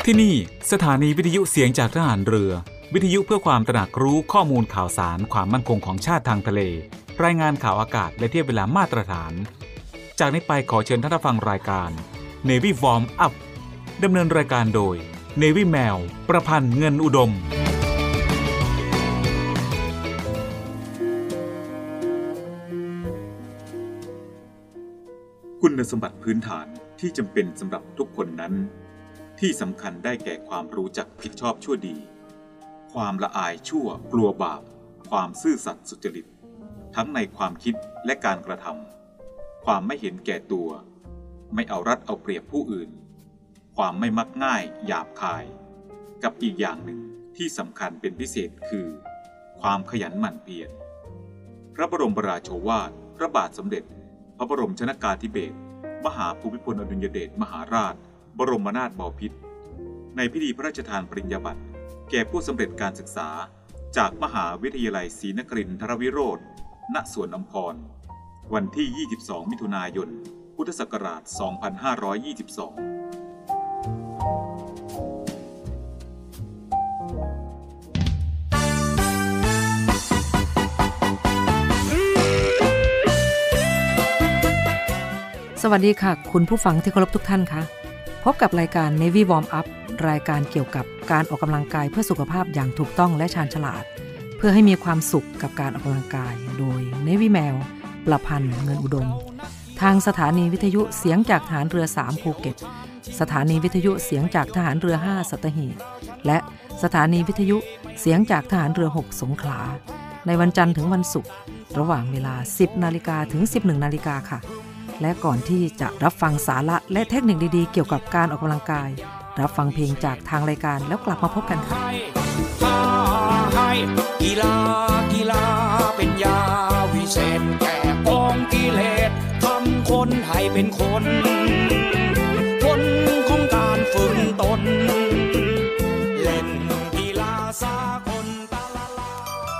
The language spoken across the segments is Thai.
ที่นี่สถานีวิทยุเสียงจากทหารเรือวิทยุเพื่อความตระหนักรู้ข้อมูลข่าวสารความมั่นคงของชาติทางทะเลรายงานข่าวอากาศและเทียบเวลามาตรฐานจากนี้ไปขอเชิญท่านรับฟังรายการ Navy Warm Up ดำเนินรายการโดย Navy แมวประพันธ์เงินอุดมคุณสมบัติพื้นฐานที่จำเป็นสำหรับทุกคนนั้นที่สำคัญได้แก่ความรู้จักผิดชอบชั่วดีความละอายชั่วกลัวบาปความซื่อสัตย์สุจริตทั้งในความคิดและการกระทำความไม่เห็นแก่ตัวไม่เอารัดเอาเปรียบผู้อื่นความไม่มักง่ายหยาบคายกับอีกอย่างหนึ่งที่สำคัญเป็นพิเศษคือความขยันหมั่นเพียรพระบรมราโชวาทพระบาทสมเด็จพระบรมชนกาธิเบศรมหาภูมิพลอดุลยเดชมหาราชบรมนาถบพิตรในพิธีพระราชทานปริญญาบัตรแก่ผู้สำเร็จการศึกษาจากมหาวิทยาลัยศรีนครินทรวิโรจน์ณสวนอัมพรวันที่ 22 มิถุนายน พุทธศักราช 2522 สวัสดีค่ะคุณผู้ฟังที่เคารพทุกท่านคะพบกับรายการ Navy Warm Up รายการเกี่ยวกับการออกกำลังกายเพื่อสุขภาพอย่างถูกต้องและชาญฉลาดเพื่อให้มีความสุขกับการออกกำลังกายโดย Navy แมวประพันธ์เงินอุดมทางสถานีวิทยุเสียงจากทหารเรือ3ภูเก็ตสถานีวิทยุเสียงจากทหารเรือ5สัตหีบและสถานีวิทยุเสียงจากทหารเรือ6สงขลาในวันจันทร์ถึงวันศุกร์ระหว่างเวลา 10 นาฬิกาถึง 11 นาฬิกาค่ะและก่อนที่จะรับฟังสาระและเทคนิคดีๆเกี่ยวกับการออกกำลังกายรับฟังเพลงจากทางรายการแล้วกลับมาพบกันค่ะกีฬาเป็นยาวิเศษแก้กองกิเลสทำคนให้เป็นคนผลของการฝึกตนเล่นกีฬาสากลตะละลา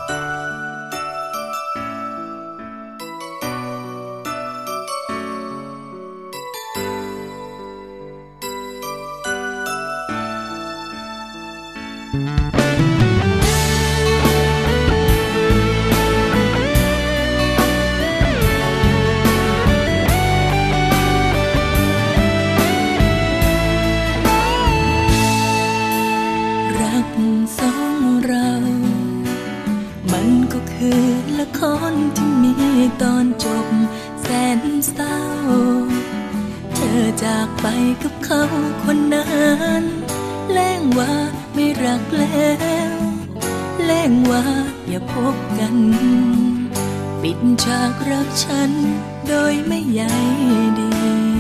คือละครที่มีตอนจบแสนเศร้าเธอจากไปกับเขาคนนั้นแล้งว่าไม่รักแล้วแล้งว่าอย่าพบกันปิดฉากรักฉันโดยไม่ใยดี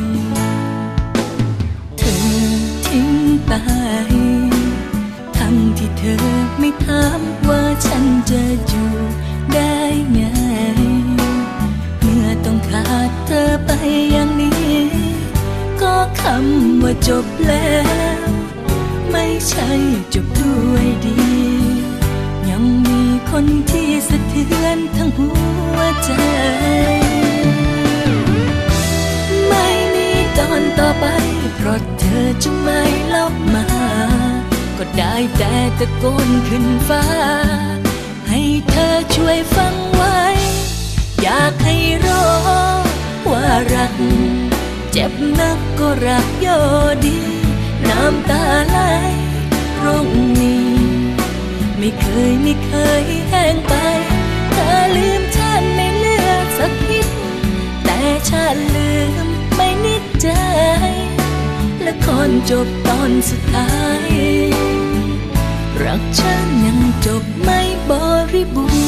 เธอทิ้งไปทั้งที่เธอไม่ถามว่าฉันจะอยู่ได้ไงเมื่อต้องขาดเธอไปอย่างนี้ก็คำว่าจบแล้วไม่ใช่จบด้วยดียังมีคนที่สะเทือนทั้งหัวใจไม่มีตอนต่อไปเพราะเธอจะไม่ลบมาก็ได้แต่ตะโกนขึ้นฟ้าให้เธอช่วยฟังไว้อยากให้รู้ว่ารักเจ็บนักก็รักโยดีน้ำตาไหลตรงนี้ไม่เคยแห้งไปเธอลืมฉันไม่เลือกสักนิดแต่ฉันลืมไม่นิดใจละครจบตอนสุดท้ายรักฉันยังจบไม่บริบูรณ์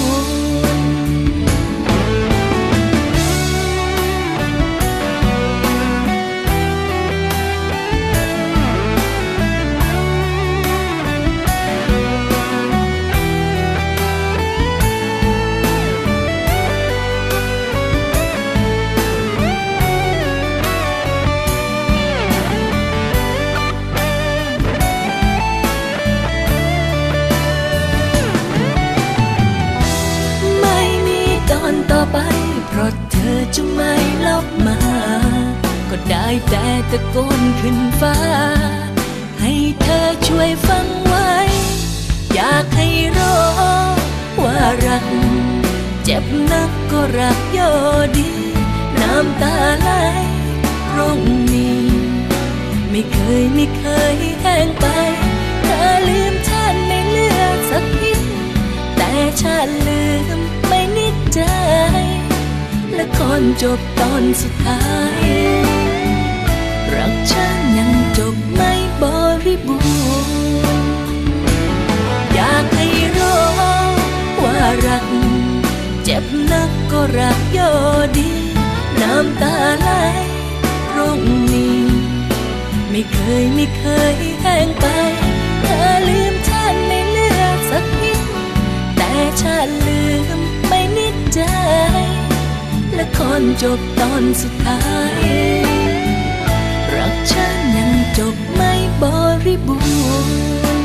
ต่อไปเพราะเธอจะไม่ลบมาก็ได้แต่ตะโกนขึ้นฟ้าให้เธอช่วยฟังไว้อยากให้รู้ว่ารักเจ็บนักก็รักโยดีน้ำตาไหลตรงนี้ไม่เคยแห้งไปเธอลืมฉันไม่เลือกสักนิดแต่ฉันลืมไม่นิดใจละครจบตอนสุดท้ายรักฉันยังจบไม่บริบูรณ์อยากให้รู้ว่ารักเจ็บนักก็รักโยดีน้ำตาไหลตรงนี้ไม่เคยแห้งไปเธอลืมฉันไม่เลือกสักนิดแต่ฉันลืมไม่นิดใจละครจบตอนสุดท้ายรักฉันยังจบไม่บริบูรณ์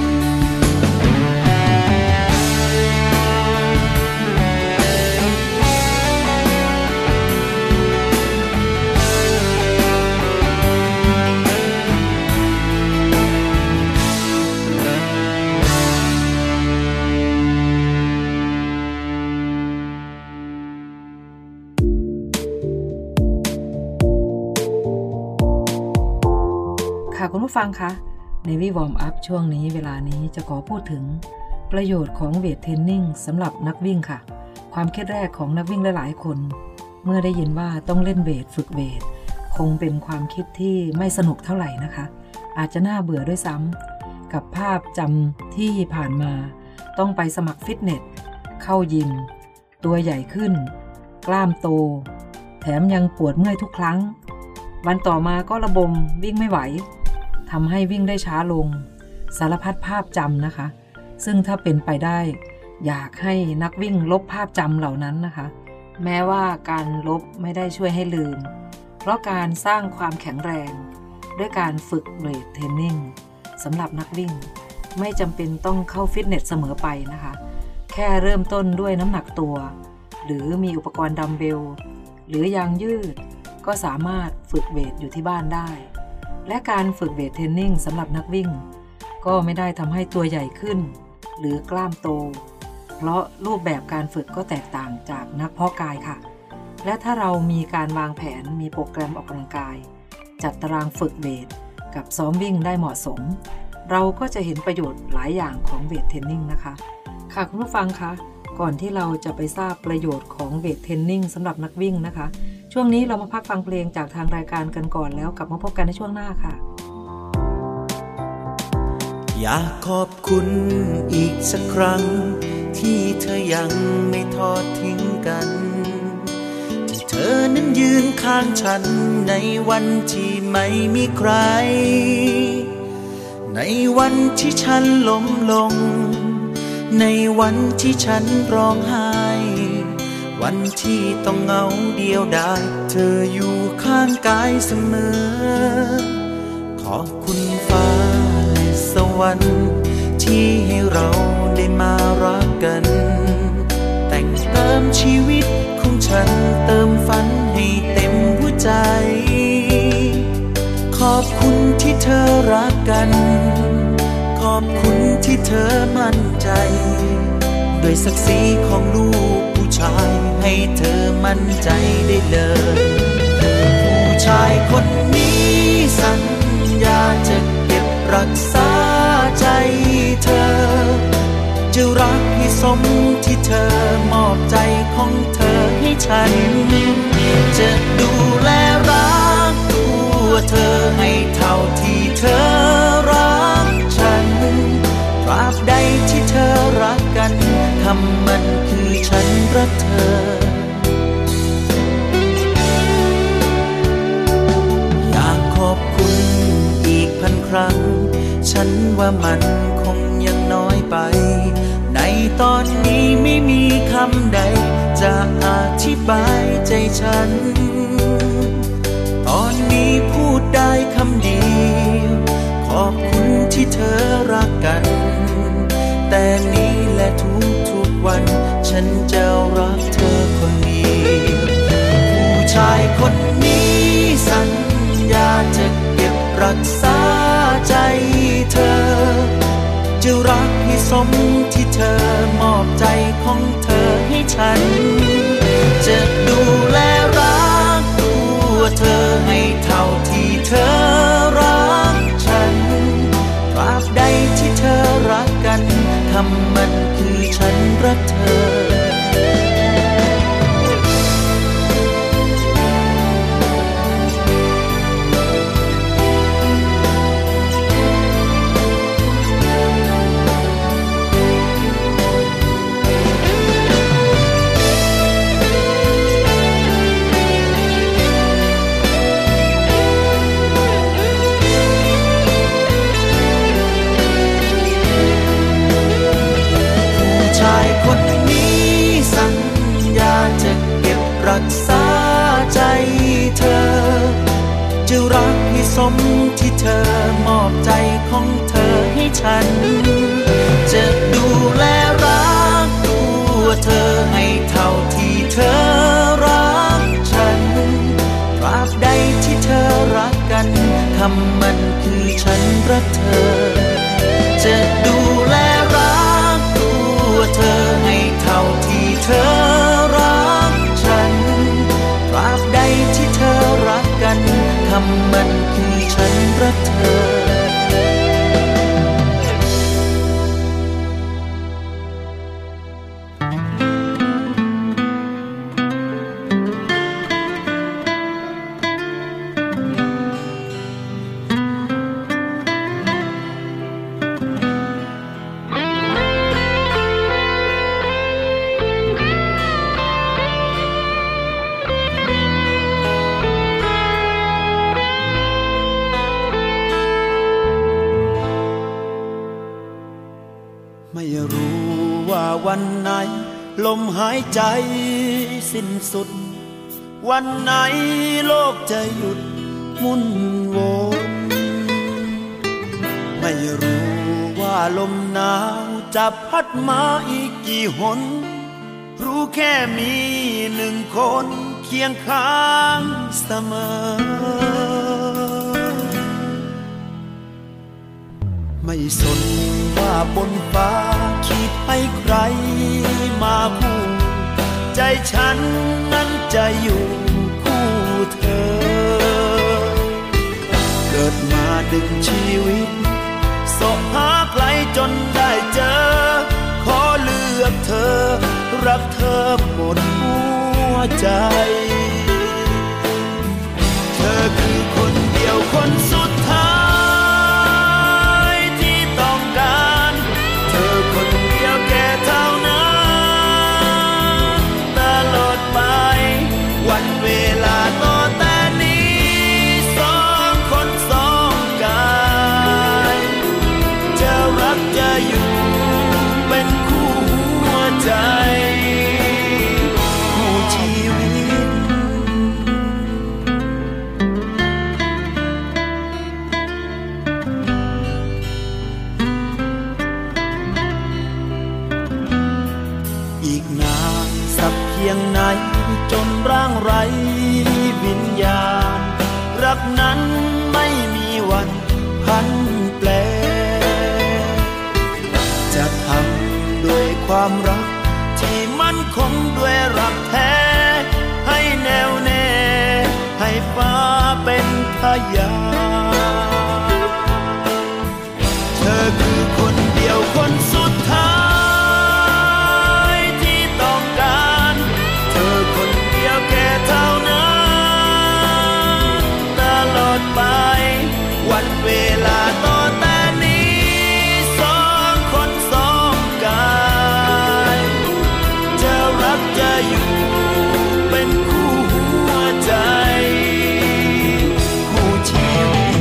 คุณผู้ฟังคะในNavy Warm Upช่วงนี้เวลานี้จะขอพูดถึงประโยชน์ของเวทเทรนนิ่งสำหรับนักวิ่งค่ะความคิดแรกของนักวิ่งหลายๆคนเมื่อได้ยินว่าต้องเล่นเวทฝึกเวทคงเป็นความคิดที่ไม่สนุกเท่าไหร่นะคะอาจจะน่าเบื่อด้วยซ้ำกับภาพจำที่ผ่านมาต้องไปสมัครฟิตเนสเข้ายิมตัวใหญ่ขึ้นกล้ามโตแถมยังปวดเมื่อยทุกครั้งวันต่อมาก็ระบมวิ่งไม่ไหวทำให้วิ่งได้ช้าลงสารพัดภาพจำนะคะซึ่งถ้าเป็นไปได้อยากให้นักวิ่งลบภาพจำเหล่านั้นนะคะแม้ว่าการลบไม่ได้ช่วยให้ลืมเพราะการสร้างความแข็งแรงด้วยการฝึกเวทเทรนนิ่งสำหรับนักวิ่งไม่จำเป็นต้องเข้าฟิตเนสเสมอไปนะคะแค่เริ่มต้นด้วยน้ำหนักตัวหรือมีอุปกรณ์ดัมเบลหรือยางยืดก็สามารถฝึกเวทอยู่ที่บ้านได้และการฝึกเวทเทรนนิ่งสำหรับนักวิ่งก็ไม่ได้ทำให้ตัวใหญ่ขึ้นหรือกล้ามโตเพราะรูปแบบการฝึกก็แตกต่างจากนักเพาะกายค่ะและถ้าเรามีการวางแผนมีโปรแกรมออกกำลังกายจัดตารางฝึกเวทกับซ้อมวิ่งได้เหมาะสมเราก็จะเห็นประโยชน์หลายอย่างของเวทเทรนนิ่งนะคะค่ะคุณผู้ฟังคะก่อนที่เราจะไปทราบประโยชน์ของเวทเทรนนิ่งสำหรับนักวิ่งนะคะช่วงนี้เรามาพักฟังเพลงจากทางรายการกันก่อนแล้วกลับมาพบกันในช่วงหน้าค่ะอยากขอบคุณอีกสักครั้งที่เธอยังไม่ทอดทิ้งกันที่เธอนั้นยืนข้างฉันในวันที่ไม่มีใครในวันที่ฉันล้มลงในวันที่ฉันร้องไห้วันที่ต้องเหงาเดียวดายเธออยู่ข้างกายเสมอขอบคุณฟ้าและสวรรค์ที่ให้เราได้มารักกันแต่งเติมชีวิตของฉันเติมฝันให้เต็มหัวใจขอบคุณที่เธอรักกันขอบคุณที่เธอมั่นใจด้วยศักดิ์ศรีของลูกผู้ชายให้เธอมั่นใจได้เลยผู้ชายคนนี้สัญญาจะเก็บรักษาใจเธอจะรักให้สมที่เธอมอบใจของเธอให้ฉันจะดูแลรักตัวเธอให้เท่าที่เธอรักฉันตราบใดที่เธอรักกันคำมันคือฉันรักเธออยากขอบคุณอีกพันครั้งฉันว่ามันคงยังน้อยไปในตอนนี้ไม่มีคำใดจะอธิบายใจฉันตอนนี้พูดได้คำเดียวขอบคุณที่เธอรักกันแต่นี้และทุกวันฉันจะรักเธอคนเดียวผู้ชายคนนี้สัญญาจะเก็บรักษาใจเธรักเธอรักษาใจเธอจะรักให้สมที่เธอมอบใจของเธอให้ฉันจะดูแลรักตัวเธอให้เท่าที่เธอรักฉันตราบใดที่เธอรักกันคำมันคือฉันรักเธอจะดูแลรักตัวเธอให้เท่าที่เธอรักฉันตราบใดที่เธอรักกันคำมันคือฉันรักเธอไม่รู้ว่าวันไหนลมหายใจสิ้นสุดวันไหนโลกจะหยุดหมุนวนไม่รู้ว่าลมหนาวจะพัดมาอีกกี่หนรู้แค่มีหนึ่งคนเคียงข้างเสมอไม่สนว่าบนฟ้าคิดให้ใครมาคู่ใจฉันนั้นจะอยู่คู่เธอเกิดมาดึงชีวิตสอบหาใครจนได้เจอขอเลือกเธอรักเธอหมดหัวใจเธอคือคนเดียวคนสุดท้ายจนร่างไร้วิญญาณรักนั้นไม่มีวันพันแปรจะทำด้วยความรักที่มั่นคงด้วยรักแท้ให้แน่วแน่ให้ฟ้าเป็นพยานเธอคือคนเดียวคนสุดท้ายวันเวลาต่อแต่นี้สองคนสองกายจะรักจะอยู่เป็นคู่หัวใจคู่ชีวิต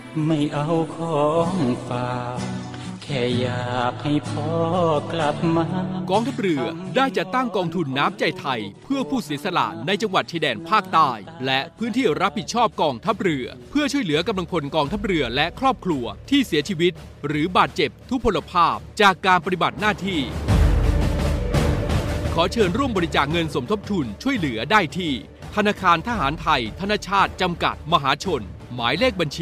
ไม่เอาของฝากแค่อยากให้พ่อกลับมากองทัพเรือได้จัดตั้งกองทุนน้ำใจไทยเพื่อผู้เสียสละในจังหวัดชายแดนภาคใต้และพื้นที่รับผิดชอบกองทัพเรือเพื่อช่วยเหลือกำลังพลกองทัพเรือและครอบครัวที่เสียชีวิตหรือบาดเจ็บทุพพลภาพจากการปฏิบัติหน้าที่ขอเชิญร่วมบริจาคเงินสมทบทุนช่วยเหลือได้ที่ธนาคารทหารไทยธนชาติจำกัดมหาชนหมายเลขบัญชี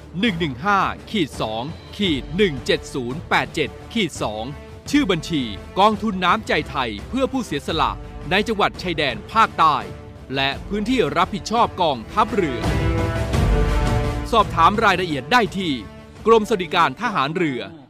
115-2-17087-2 ชื่อบัญชีกองทุนน้ำใจไทยเพื่อผู้เสียสละในจังหวัดชายแดนภาคใต้และพื้นที่รับผิดชอบกองทัพเรือสอบถามรายละเอียดได้ที่กรมสวัสดิการทหารเรือ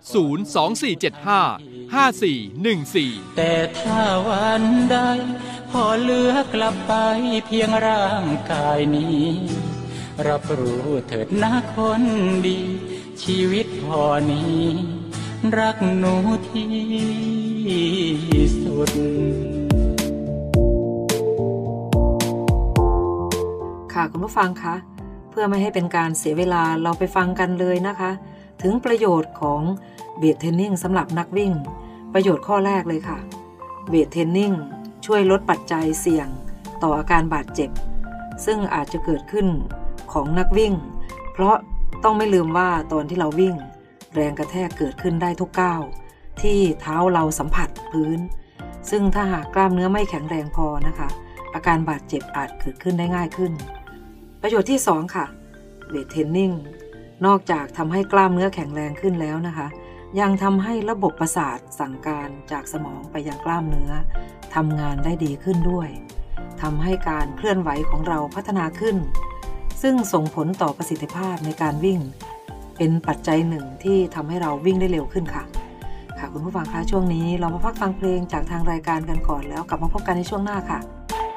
02475-5414 แต่ถ้าวันใดพอเหลือกลับไปเพียงร่างกายนี้รับรู้เถิดนะคนดีชีวิตพอนี้รักหนูที่สุดค่ะคุณผู้ฟังคะเพื่อไม่ให้เป็นการเสียเวลาเราไปฟังกันเลยนะคะถึงประโยชน์ของเวทเทรนนิ่งสำหรับนักวิ่งประโยชน์ข้อแรกเลยค่ะเวทเทรนนิ่งช่วยลดปัจจัยเสี่ยงต่ออาการบาดเจ็บซึ่งอาจจะเกิดขึ้นของนักวิ่งเพราะต้องไม่ลืมว่าตอนที่เราวิ่งแรงกระแทกเกิดขึ้นได้ทุกก้าวที่เท้าเราสัมผัสพื้นซึ่งถ้าหากกล้ามเนื้อไม่แข็งแรงพอนะคะอาการบาดเจ็บอาจเกิดขึ้นได้ง่ายขึ้นประโยชน์ที่2ค่ะเวทเทรนนิ่งนอกจากทำให้กล้ามเนื้อแข็งแรงขึ้นแล้วนะคะยังทำให้ระบบประสาทสั่งการจากสมองไปยังกล้ามเนื้อทำงานได้ดีขึ้นด้วยทำให้การเคลื่อนไหวของเราพัฒนาขึ้นซึ่งส่งผลต่อประสิทธิภาพในการวิ่งเป็นปัจจัยหนึ่งที่ทำให้เราวิ่งได้เร็วขึ้นค่ะคุณผู้ฟังคะช่วงนี้เรามาพักฟังเพลงจากทางรายการกันก่อนแล้วกลับมาพบกันในช่วงหน้าค่ะ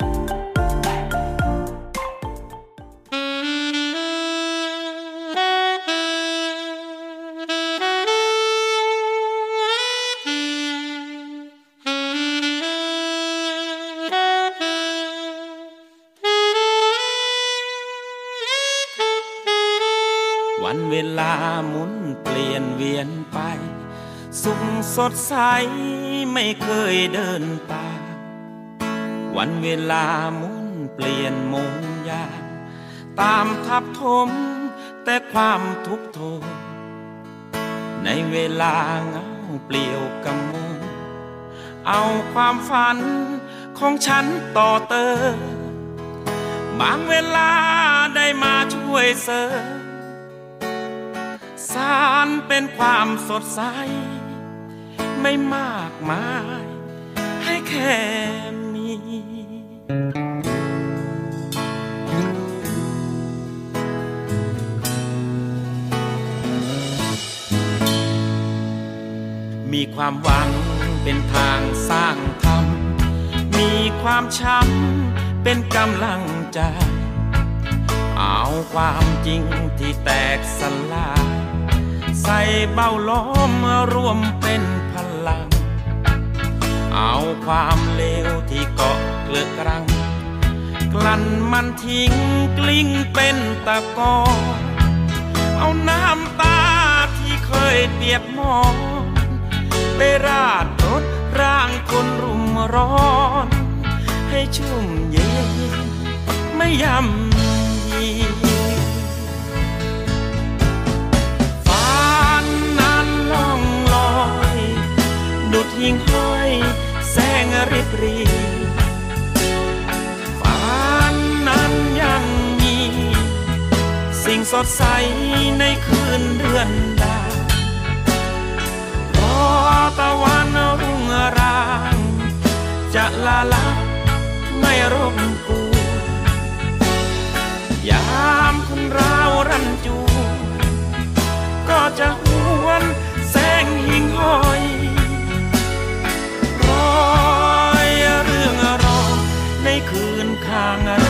วันเวลาหมุนเปลี่ยนเวียนไปสุขสดใสไม่เคยเดินตามวันเวลาหมุนเปลี่ยนมงยามตามทับถมแต่ความทุกข์โทมในเวลาเงาเปลี่ยวกำมลเอาความฝันของฉันต่อเติมบางเวลาได้มาช่วยเสริมสารเป็นความสดใสไม่มากมายให้แค่มีความหวังเป็นทางสร้างธรรมมีความช้ำเป็นกำลังใจเอาความจริงที่แตกสลายใส่เบ้าล้อมรวมเป็นพลังเอาความเลวที่เกาะเกลือกรังกลั่นมันทิ้งกลิ้งเป็นตะกอนเอาน้ำตาที่เคยเปียกหมอนไปราดรถร่างคนรุมร้อนให้ชุ่มเย็นไม่ย่ำยีดุดหิ่งห้อยแสงริบรีฝันนั้นยังมีสิ่งสดใสในคืนเดือนดาวรอตะวันรุ่งรางจะลาลับไม่รบกวนยามคนเรารันจูก็จะหวนแสงหิ่งห้อยเรื่องรอในคืนข้างแร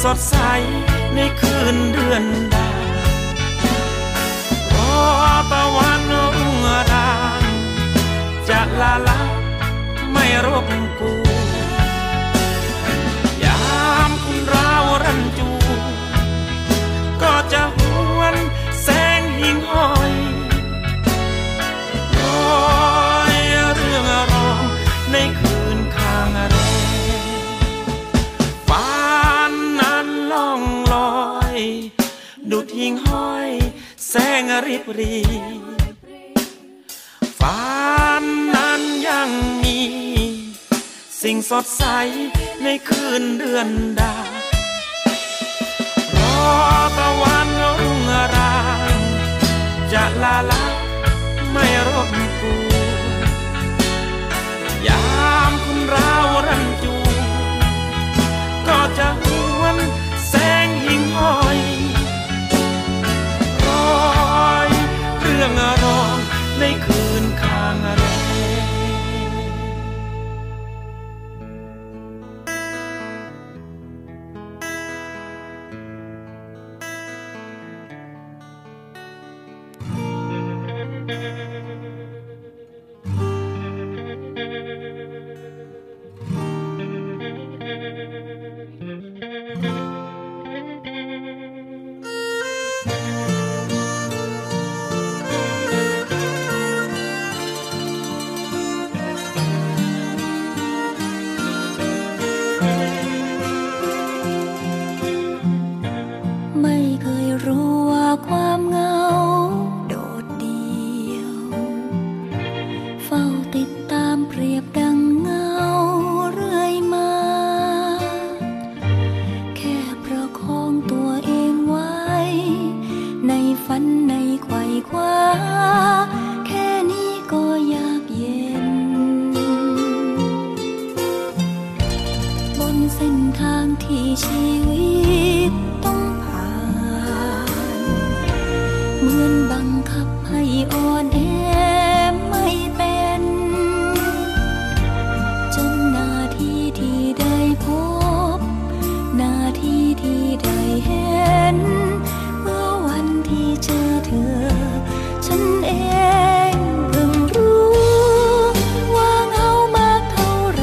สดใสในคืนเดือนดาวรอตะวันรุ่งอรุณจะลาลับไม่รบกวนยามคุณเรารันจูก็จะหวนแสงหิ่งห้อยร้อยเรื่องรองในคืนข้างแรมฟ้านั้นล่องลอยดุจหิ่งห้อยแสงริบรีฟ้านั้นยังมีสิ่งสดใสในคืนเดือนดาวรอตะวันรุ่งอรุณจะลาลับไม่รบกวนยามคุณเรารันจูก็จะหวนแสงหิ่งห้อยร้อยเรื่องรองในคืนข้างแรมไม่เคยรู้ว่าความเหงาโดดเดี่ยวเฝ้าติดตามเปรียบดังเงาเรื่อยมาแค่ประคองตัวเองไว้ในฝันในไขว่คว้าแค่นี้ก็ยากเย็นบนเส้นทางที่ชีวิตต้องเหมือนบังคับให้อ่อนแอไม่เป็นจนนาทีที่ได้พบนาทีที่ได้เห็นเมื่อวันที่เจอเธอฉันเองเพิ่งรู้ว่าเหงามากเท่าไร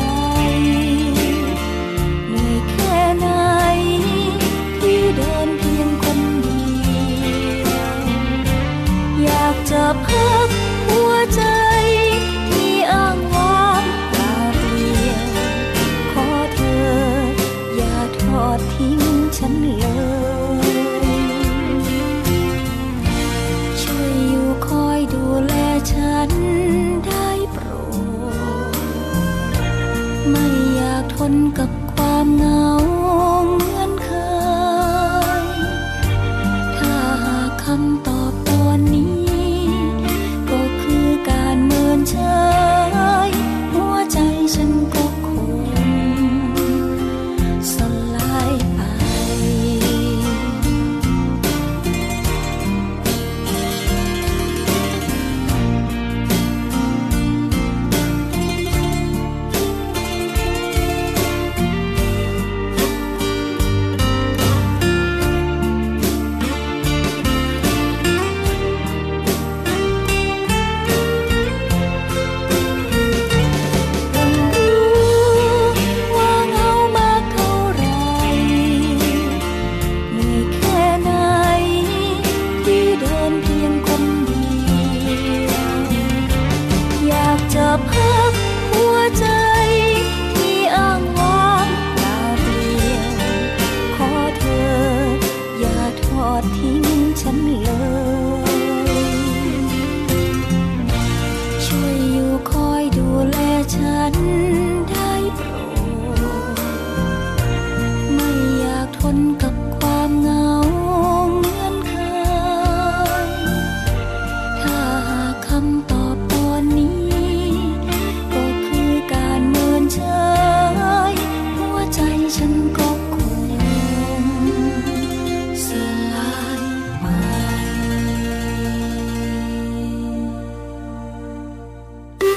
เหนื่อยแค่ไหนที่เดินเพียงคนเดียวอยากจะพักหัวใจที่อ้างว้างเปล่าเปลี่ยวขอเธออย่าทอดทิ้งฉันเลยช่วยอยู่คอยดูแลฉันได้โปรดไม่อยากทนกับความเหงาเหมือนเคยถ้าหากคำตอบตอนนี้ก็คือการเมินเฉยหัวใจฉันก็คงสลายไป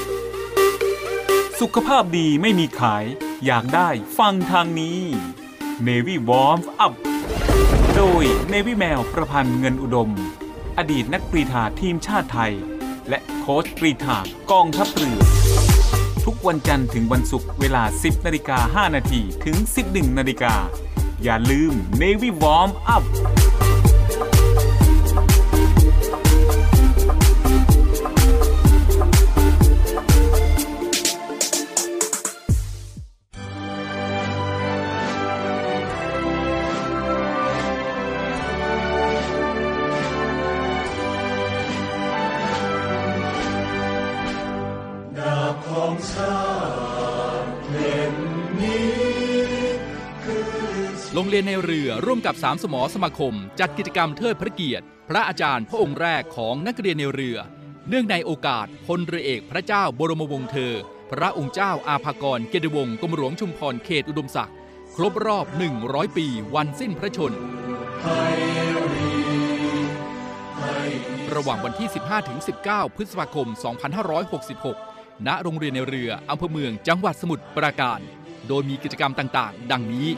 สุขภาพดีไม่มีขายอยากได้ฟังทางนี้ Navy Warm Up โดย Navy แมวประพันธ์เงินอุดมอดีตนักกรีฑาทีมชาติไทยและโค้ชกรีฑากองทัพเรือทุกวันจันทร์ถึงวันศุกร์เวลา 10:05 น.ถึง 11:00 น.อย่าลืม Navy Warm Up โรงเรียนในเรือร่วมกับ3สมสมาคมจัดกิจกรรมเทิดพระเกียรติพระอาจารย์พระองค์แรกของนักเรียนในเรือเนื่องในโอกาสพลเรือเอกพระเจ้าบรมวงศ์เธอพระองค์เจ้าอาภากรเกียรติวงศ์กรมหลวงชุมพรเขตอุดมศักดิ์ครบรอบ100 ปีวันสิ้นพระชนม์ระหว่างวันที่ 15-19 พฤษภาคม 2566 ณ โรงเรียนในเรืออำเภอเมืองจังหวัดสมุทรปราการโดยมีกิจกรรมต่างๆดังนี้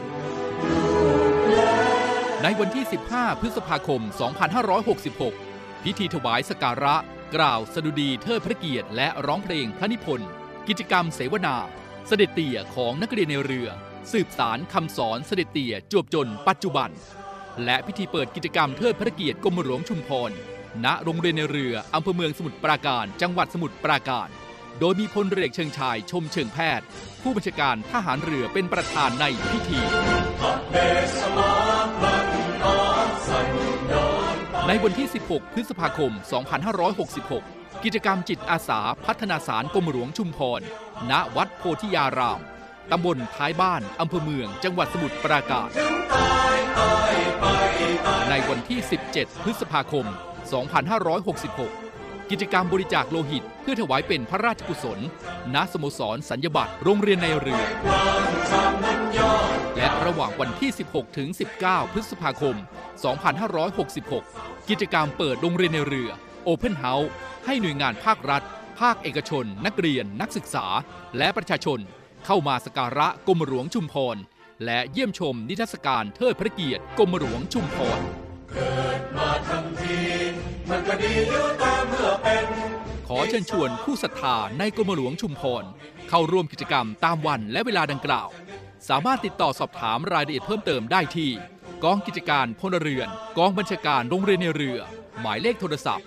ในวันที่ 15 พฤษภาคม 2566 พิธีถวายสักการะกล่าวสดุดีเทิดพระเกียรติและร้องเพลงพระนิพนธ์กิจกรรมเสวนาเสด็จเตี่ยของนักเรียนในเรือสืบสารคำสอนเสด็จเตี่ยจวบจนปัจจุบันและพิธีเปิดกิจกรรมเทิดพระเกียรติกรมหลวงชุมพรณโรงเรียนในเรืออำเภอเมืองสมุทรปราการจังหวัดสมุทรปราการโดยมีพลเรือเอกเชิงชายชมเชิงแพทย์ผู้บัญชาการทหารเรือเป็นประธานในพิธีในวันที่ 16 พฤษภาคม 2566 กิจกรรมจิตอาสาพัฒนาสารกรมหลวงชุมพรณวัดโพธิยารามตำบลท้ายบ้านอำเภอเมืองจังหวัดสมุทรปราการในวันที่ 17 พฤษภาคม 2566 กิจกรรมบริจาคโลหิตเพื่อถวายเป็นพระราชกุศลณสโมสรสัญญบัตรโรงเรียนในเรือและระหว่างวันที่ 16-19 พฤษภาคม 2566 กิจกรรมเปิดโรงเรียนในเรือ Open House ให้หน่วยงานภาครัฐภาคเอกชนนักเรียนนักศึกษาและประชาชนเข้ามาสักการะกรมหลวงชุมพรและเยี่ยมชมนิทรรศการเทิดพระเกียรติกรมหลวงชุมพรเกิดมาทั้งทีมันก็ดีอยู่แต่เมื่อเป็นขอเชิญชวนผู้ศรัทธาในกรมหลวงชุมพรเข้าร่วมกิจกรรมตามวันและเวลาดังกล่าวสามารถติดต่อสอบถามรายละเอียดเพิ่มเติมได้ที่กองกิจการพลเรือนกองบัญชาการโรงเรียนในเรือหมายเลขโทรศัพท์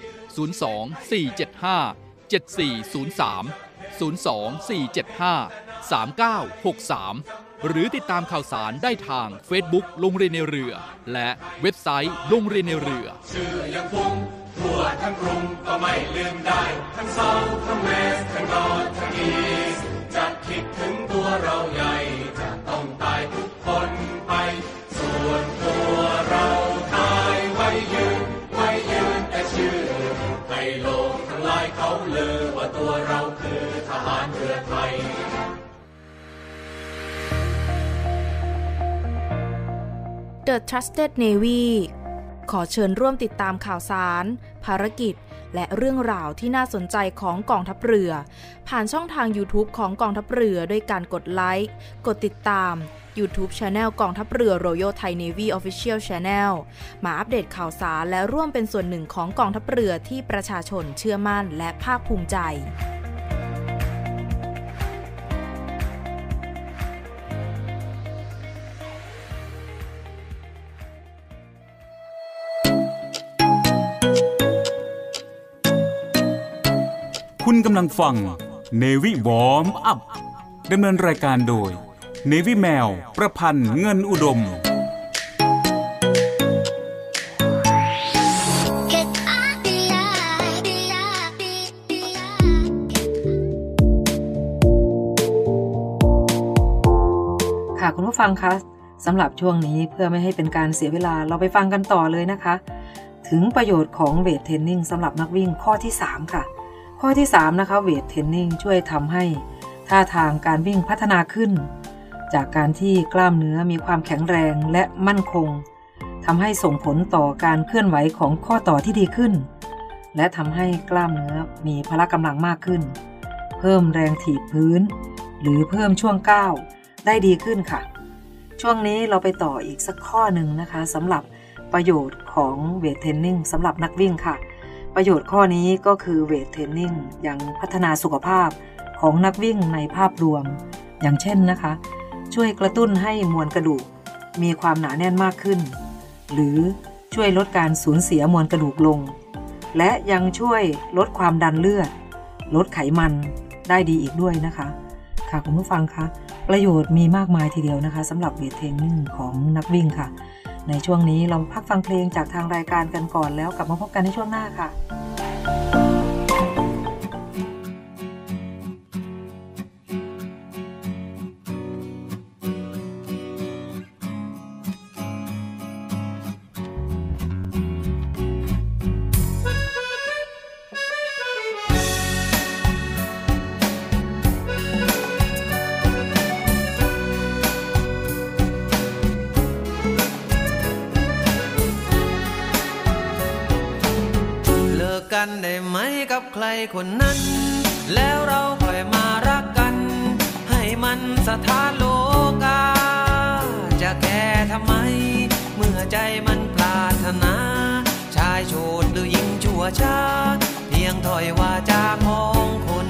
02-475-7403 02-475-3963 หรือติดตามข่าวสารได้ทาง Facebook โรงเรียนในเรือและเว็บไซต์โรงเรียนในเรือชื่อยังคงทั่วทั้งกรุงก็ไม่ลืมได้ทั้งเซาท์ทั้งเวสต์ทั้งนอร์ททั้งอีสต์จะคิดถึงตัวเราใหญ่จะต้องตายทุกคนไปส่วนตัวเราตายไว้ยืนแต่ชื่อให้โลกทั้งหลายเขาลือว่าตัวเราคือทหารเรือไทย The Trusted Navy ขอเชิญร่วมติดตามข่าวสารภารกิจและเรื่องราวที่น่าสนใจของกองทัพเรือผ่านช่องทาง YouTube ของกองทัพเรือด้วยการกดไลค์กดติดตาม YouTube Channel กองทัพเรือ Royal Thai Navy Official Channel มาอัปเดตข่าวสารและร่วมเป็นส่วนหนึ่งของกองทัพเรือที่ประชาชนเชื่อมั่นและภาคภูมิใจคุณกำลังฟัง Navy Warm Up ดำเนินรายการโดย Navy แมวประพันธ์เงินอุดมค่ะคุณผู้ฟังคะสำหรับช่วงนี้เพื่อไม่ให้เป็นการเสียเวลาเราไปฟังกันต่อเลยนะคะถึงประโยชน์ของเวทเทรนนิ่งสำหรับนักวิ่งข้อที่3ค่ะข้อที่3นะคะเวทเทรนนิ่งช่วยทำให้ท่าทางการวิ่งพัฒนาขึ้นจากการที่กล้ามเนื้อมีความแข็งแรงและมั่นคงทำให้ส่งผลต่อการเคลื่อนไหวของข้อต่อที่ดีขึ้นและทำให้กล้ามเนื้อมีพละกำลังมากขึ้นเพิ่มแรงถีบพื้นหรือเพิ่มช่วงก้าวได้ดีขึ้นค่ะช่วงนี้เราไปต่ออีกสักข้อหนึ่งนะคะสำหรับประโยชน์ของเวทเทรนนิ่งสำหรับนักวิ่งค่ะประโยชน์ข้อนี้ก็คือเวทเทรนนิ่งยังพัฒนาสุขภาพของนักวิ่งในภาพรวมอย่างเช่นนะคะช่วยกระตุ้นให้มวลกระดูกมีความหนาแน่นมากขึ้นหรือช่วยลดการสูญเสียมวลกระดูกลงและยังช่วยลดความดันเลือดลดไขมันได้ดีอีกด้วยนะคะค่ะคุณผู้ฟังคะประโยชน์มีมากมายทีเดียวนะคะสำหรับเวทเทรนนิ่งของนักวิ่งค่ะในช่วงนี้เราพักฟังเพลงจากทางรายการกันก่อนแล้วกลับมาพบกันในช่วงหน้าค่ะกันได้ไหมกับใครคนนั้นแล้วเราค่อยมารักกันให้มันสถานโลกาจะแก้ทำไมเมื่อใจมันปรารถนาชายโฉดหรือหญิงชั่วช้าเพียงถ้อยวาจาของคน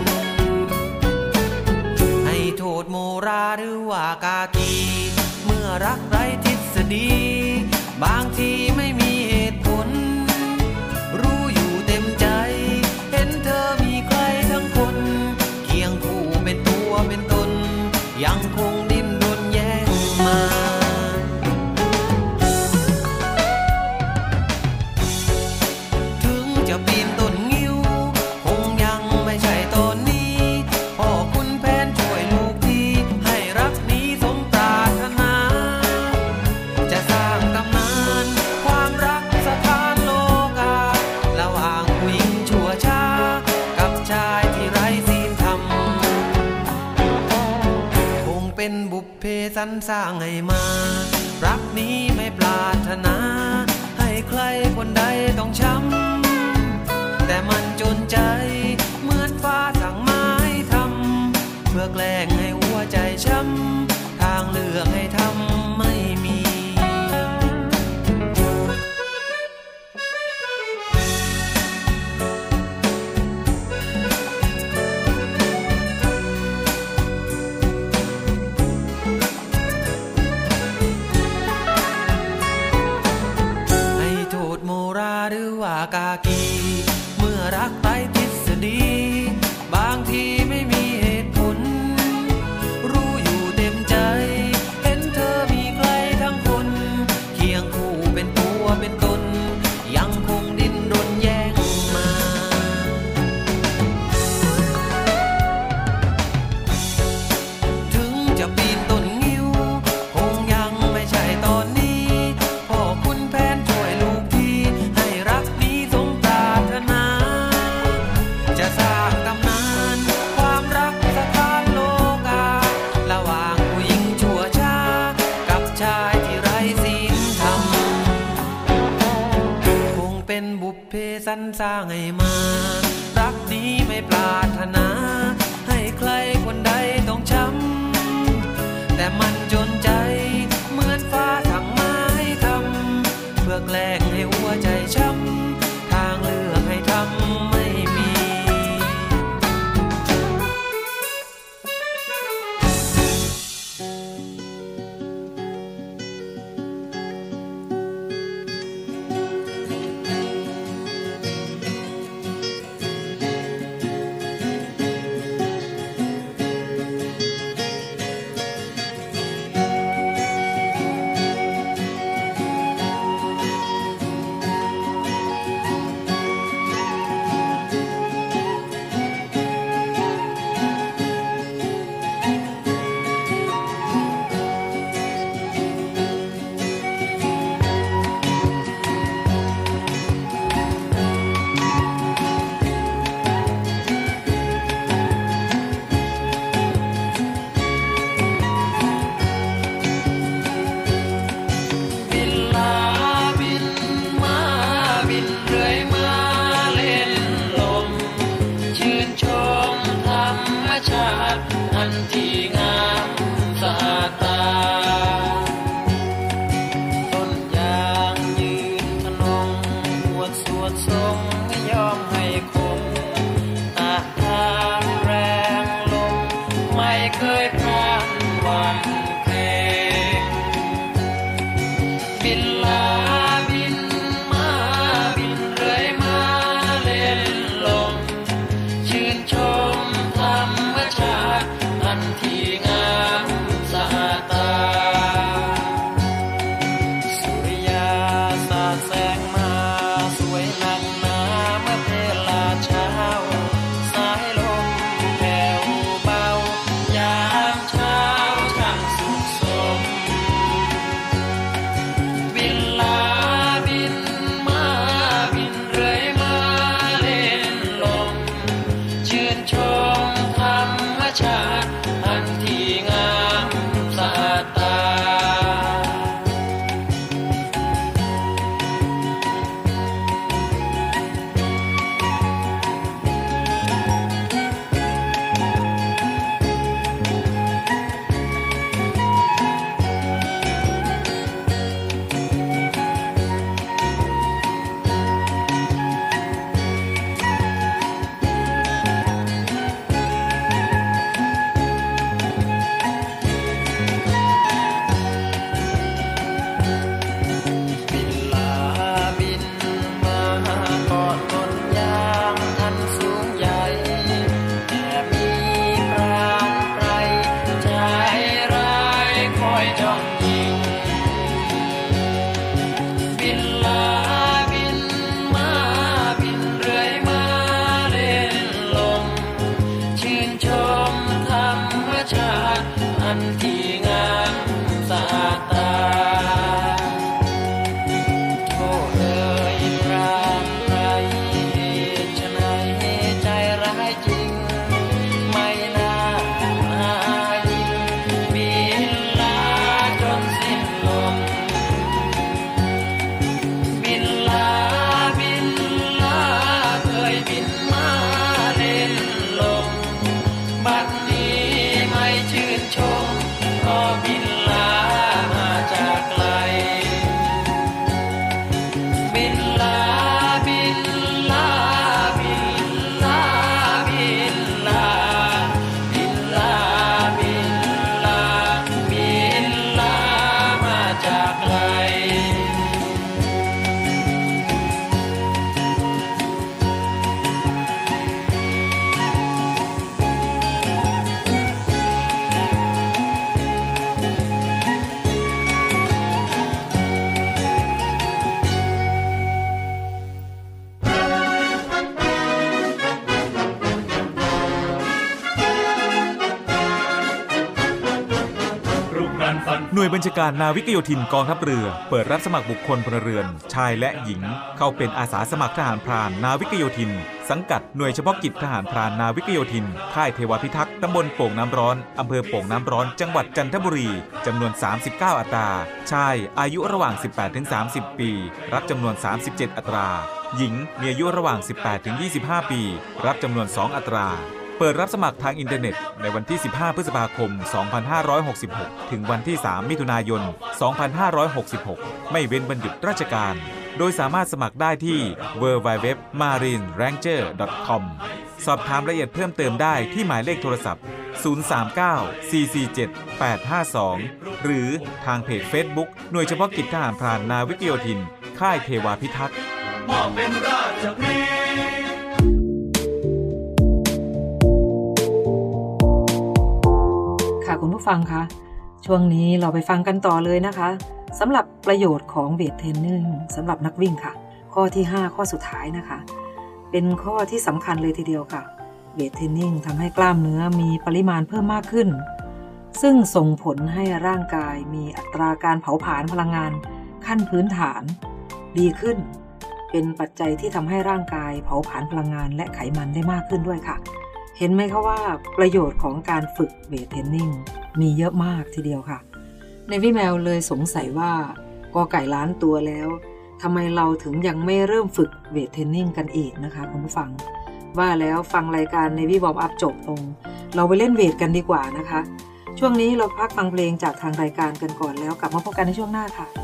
ให้โทษโมราหรือว่ากากีเมื่อรักไร้ทฤษฎีบางทีไม่มีเหตุผลยังคงดิ้นรนแย่งมาถึงจะปีนต้นงิ้วคงยังไม่ใช่ตอนนี้พ่อคุณแผนช่วยลูกทีให้รักนี้สมปรารถนาจะสร้างตำนานความรักสถานโลการะหว่างผู้หญิงชั่วช้ากับชายที่ไร้ศีลธรรมเป็นบุพเพสรรสร้างให้มารักนี้ไม่ปรารถนาให้ใครคนใดต้องช้ำแต่มันจนใจเหมือนฟ้าสั่งไม้ทำเพื่อแกล้งให้หัวใจช้ำทางเลือกให้ทำไม่มีหรือว่ากากีเมื่อรักไร้ทฤษฎีบางทีไม่มีเหตุผลรู้อยู่เต็มใจเห็นเธอมีใครทั้งคนเคียงคู่เป็นตัวเป็นตนยังคงดิ้นรนแย่งมาถึงจะปีนต้นงิ้วคงยังไม่ใช่ตอนนี้พ่อคุณแผนช่วยลูกจะสร้างตำนานความรักสถานโลการะหว่างผู้หญิงชั่วช้ากับชายที่ไร้ศีลธรรมคงเป็นบุพเพสรรสร้างให้มารักนี้ไม่ปรารถนาให้ใครคนใดต้องช้ำแต่มันจนใจเหมือนฟ้าสั่งไม้ทำเพื่อแกล้งให้หัวใจช้ำทางเลือกให้ทำไม่มีเคยพลาดวันเพลงบินลาบินมาบินเรื่อยมาเล่นลมชื่นชมธรรมชาติอันที่งามสะอาดตาสุริยาสาดแสงมาสวยนักหนาเมื่อเพลาเช้าสายลมแผ่วเบายามเช้าช่างสุขสมบินลาบินมาบินเรื่อยมาเล่นลมชื่นชมธรรมชาติอันที่งามสะอาดตาหน่วยบัญชาการนาวิกโยธินกองทัพเรือเปิดรับสมัครบุคคลพลเรือนชายและหญิงเข้าเป็นอาสาสมัครทหารพรานนาวิกโยธินสังกัดหน่วยเฉพาะกิจทหารพรานนาวิกโยธินค่ายเทวพิทักษ์ตำบลโป่งน้ำร้อนอำเภอโป่งน้ำร้อนจังหวัดจันทบุรีจำนวน39อัตราชายอายุระหว่าง 18-30 ปีรับจำนวน37อัตราหญิงมีอายุระหว่าง 18-25 ปีรับจำนวน2อัตราเปิดรับสมัครทางอินเทอร์เน็ตในวันที่15พฤษภาคม2566ถึงวันที่3มิถุนายน2566ไม่เว้นวันหยุดราชการโดยสามารถสมัครได้ที่ www.marineranger.com สอบถามรายละเอียดเพิ่มเติมได้ที่หมายเลขโทรศัพท์039-447-852หรือทางเพจ Facebook หน่วยเฉพาะกิจทหารพรานนาวิกโยธินค่ายเทวาพิทักษ์มอบเป็นราชพฤกษ์ค่ะคุณผู้ฟังคะช่วงนี้เราไปฟังกันต่อเลยนะคะสำหรับประโยชน์ของเวทเทรนนิ่งสำหรับนักวิ่งค่ะข้อที่5ข้อสุดท้ายนะคะเป็นข้อที่สำคัญเลยทีเดียวค่ะเวทเทรนนิ่งทำให้กล้ามเนื้อมีปริมาณเพิ่มมากขึ้นซึ่งส่งผลให้ร่างกายมีอัตราการเผาผลาญพลังงานขั้นพื้นฐานดีขึ้นเป็นปัจจัยที่ทำให้ร่างกายเผาผลาญพลังงานและไขมันได้มากขึ้นด้วยค่ะเห็นไหมคะว่าประโยชน์ของการฝึกเวทเทรนนิ่งมีเยอะมากทีเดียวค่ะในวิแมวเลยสงสัยว่ากอไก่ล้านตัวแล้วทำไมเราถึงยังไม่เริ่มฝึกเวทเทรนนิ่งกันอีกนะคะคุณผู้ฟังว่าแล้วฟังรายการในวิวอร์มอัพจบลงเราไปเล่นเวทกันดีกว่านะคะช่วงนี้เราพักฟังเพลงจากทางรายการกันก่อนแล้วกลับมาพบกันในช่วงหน้าค่ะ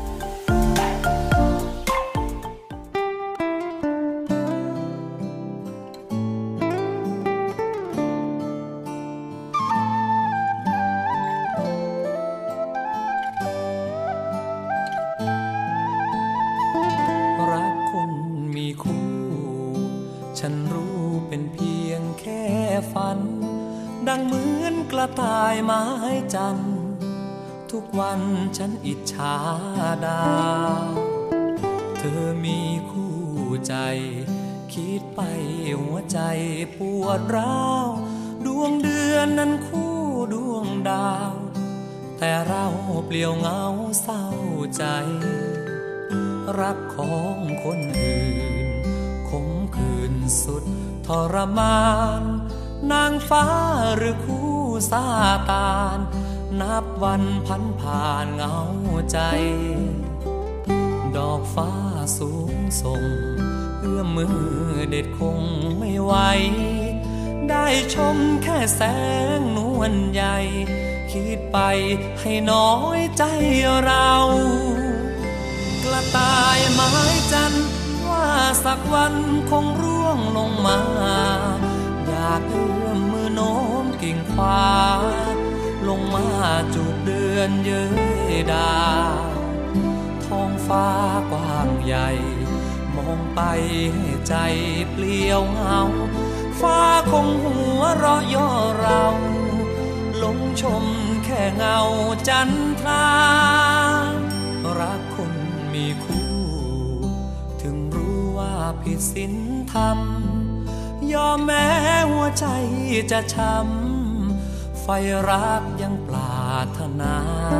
ระต่ายไม้จันทร์ทุกวันฉันอิจฉาดาวเธอมีคู่ใจคิดไปหัวใจปวดร้าวดวงเดือนนั้นคู่ดวงดาวแต่เราเปลี่ยวเหงาเศร้าใจรักของคนอื่นคมคืนสุดทรมานนางฟ้าหรือคู่ซาตานนับวันพันผ่านเหงาใจดอกฟ้าสูงส่งเอื้อมมือเด็ดคงไม่ไหวได้ชมแค่แสงนวลใหญ่คิดไปให้น้อยใจเรากระต่ายไม้จันทร์ว่าสักวันคงร่วงลงมาอยากเอื้อมมือโน้มกิ่งฟ้าลงมาจูบเดือนเย้ยดาวท้องฟ้ากว้างใหญ่มองไปให้ใจเปลี่ยวเหงาฟ้าคงหัวเราะย่อเราหลงชมแค่เงาจันทรารักคนมีคู่ถึงรู้ว่าผิดศีลธรรมยอมแม้หัวใจจะช้ำไฟรักยังปรารถนา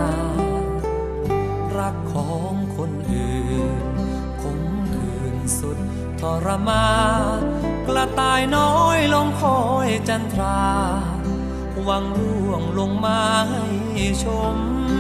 รักของคนอื่นคงคืนสุดทรมานกระต่ายน้อยลงคอยจันทราหวังร่วงลงมาให้ชม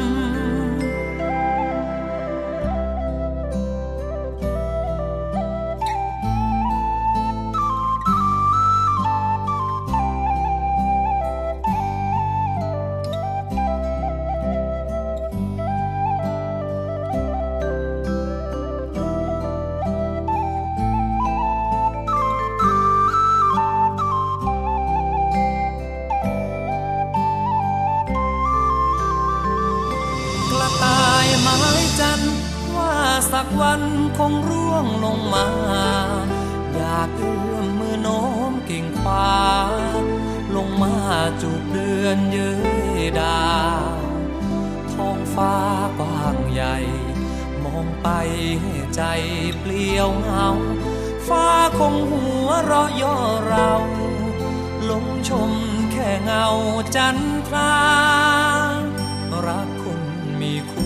สักวันคงร่วงลงมาอยากเอื้อมมือโน้มกิ่งฟ้าลงมาจูบเดือนเย้ยดาวท้องฟ้ากว้างใหญ่มองไปให้ใจเปลี่ยวเหงาฟ้าคงหัวเราะย่อเราหลงชมแค่เงาจันทรารักคนมีคู่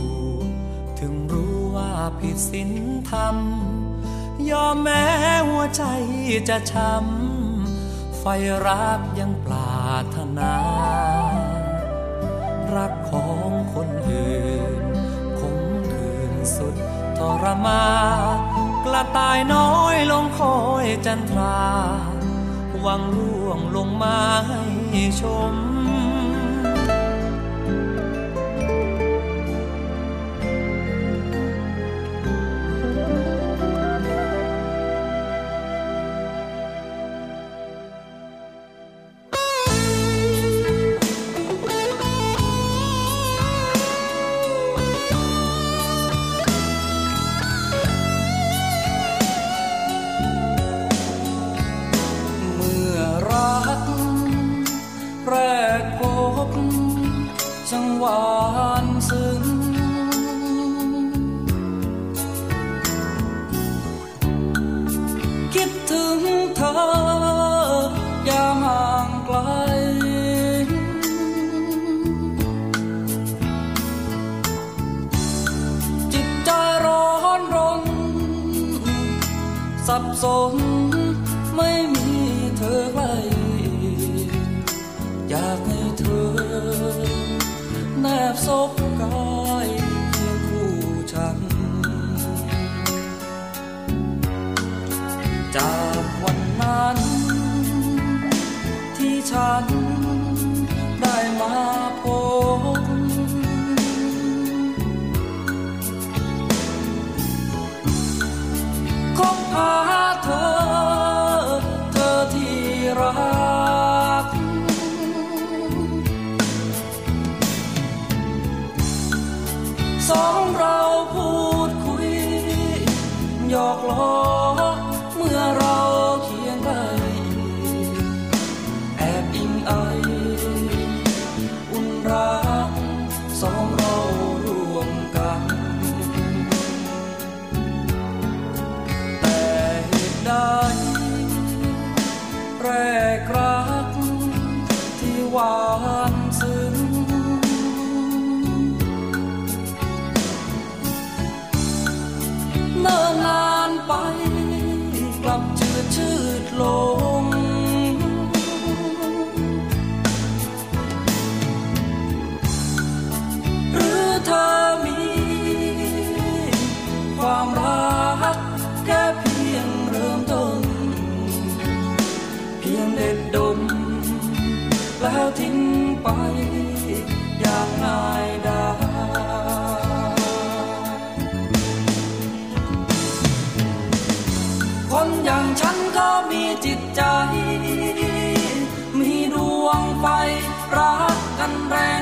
ผิดศีลธรรมยอมแม้หัวใจจะช้ำไฟรักยังปรารถนารักของคนอื่นคงคืนสุดทรมานกระต่ายน้อยลงคอยจันทราหวังร่วงลงมาให้ชมจังหวานซึ้งคิดถึงเธอยามห่างไกลจิตใจร้อนรนสับสนไม่มีเธอใกล้อยากให้เธอแนบซบกายเคียงคู่ฉันจากวันนั้นที่ฉันได้มาพบคบหาเธอที่รัก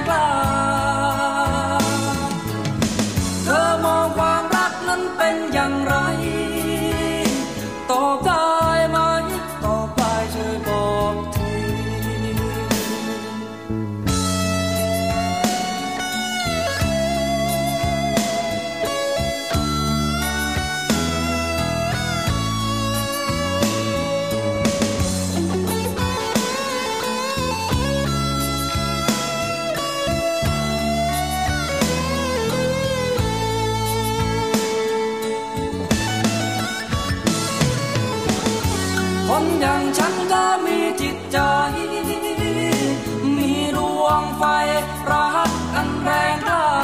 กล้าเธอมองความรักนั้นเป็นอย่างไรตอบได้ไหมตอบได้ช่วยบอกทีคนอย่างฉันก็มีจิตใจมีดวงไฟรักอันแรงกล้า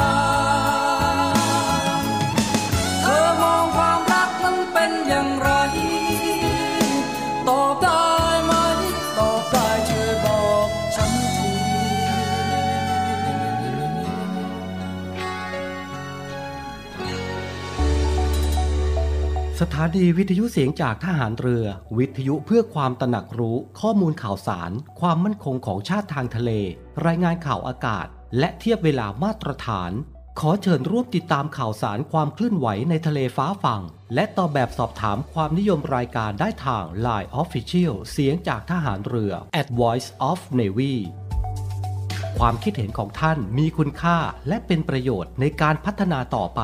เธอมองความรักนั้นเป็นอย่างไรตอบได้ไหมตอบได้ช่วยบอกฉันทีสถานีวิทยุเสียงจากทหารเรือวิทยุเพื่อความตระหนักรู้ข้อมูลข่าวสารความมั่นคงของชาติทางทะเลรายงานข่าวอากาศและเทียบเวลามาตรฐานขอเชิญร่วมติดตามข่าวสารความเคลื่อนไหวในทะเลฟ้าฝั่งและตอบแบบสอบถามความนิยมรายการได้ทาง Line Official เสียงจากทหารเรือ @Voice of Navy ความคิดเห็นของท่านมีคุณค่าและเป็นประโยชน์ในการพัฒนาต่อไป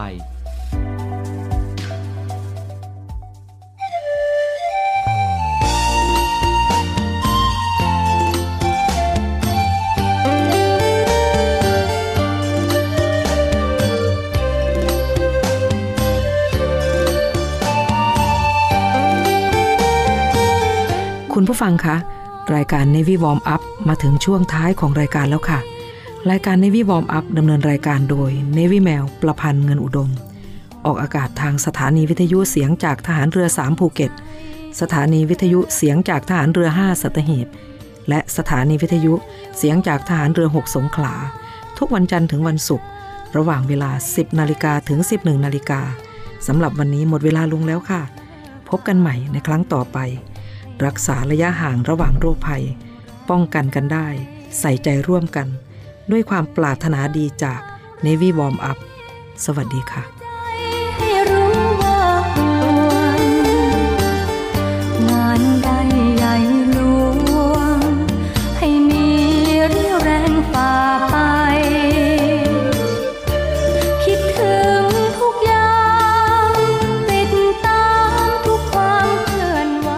คุณผู้ฟังคะรายการ Navy Warm Up มาถึงช่วงท้ายของรายการแล้วค่ะรายการ Navy Warm Up ดำเนินรายการโดย Navy แมวประพันธ์เงินอุดมออกอากาศทางสถานีวิทยุเสียงจากทหารเรือ3ภูเก็ตสถานีวิทยุเสียงจากทหารเรือ5สัตหีบและสถานีวิทยุเสียงจากทหารเรือ6สงขลาทุกวันจันทร์ถึงวันศุกร์ระหว่างเวลา 10 นาฬิกาถึง 11 นาฬิกาสำหรับวันนี้หมดเวลาลงแล้วค่ะพบกันใหม่ในครั้งต่อไปรักษาระยะห่างระหว่างโรคภัยป้องกันกันได้ใส่ใจร่วมกันด้วยความปรารถนาดีจาก Navy Warm Up สวัสดีค่ะให้รู้ว่าห่วงงานใดใหญ่หลวงให้มีเรี่ยวแรงฝ่าไปคิดถึงทุกอย่างติดตามทุกความเคลื่อนไหว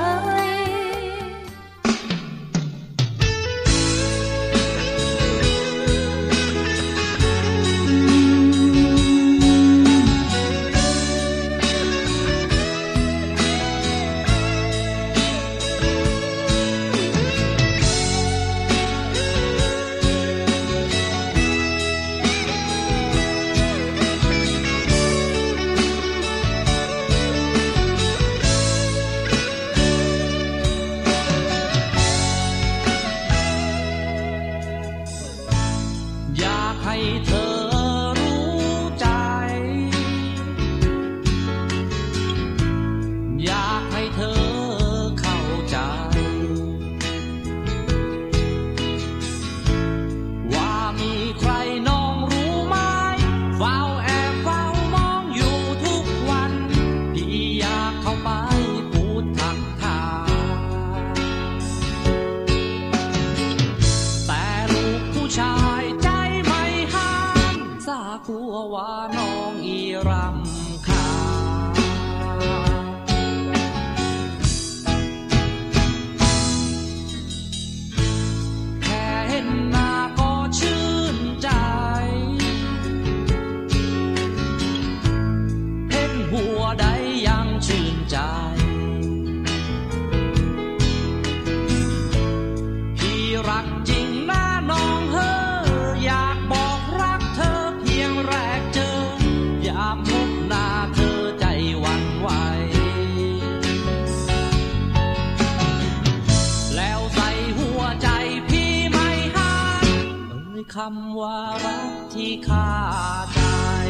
คำว่ารักที่ขาดใจ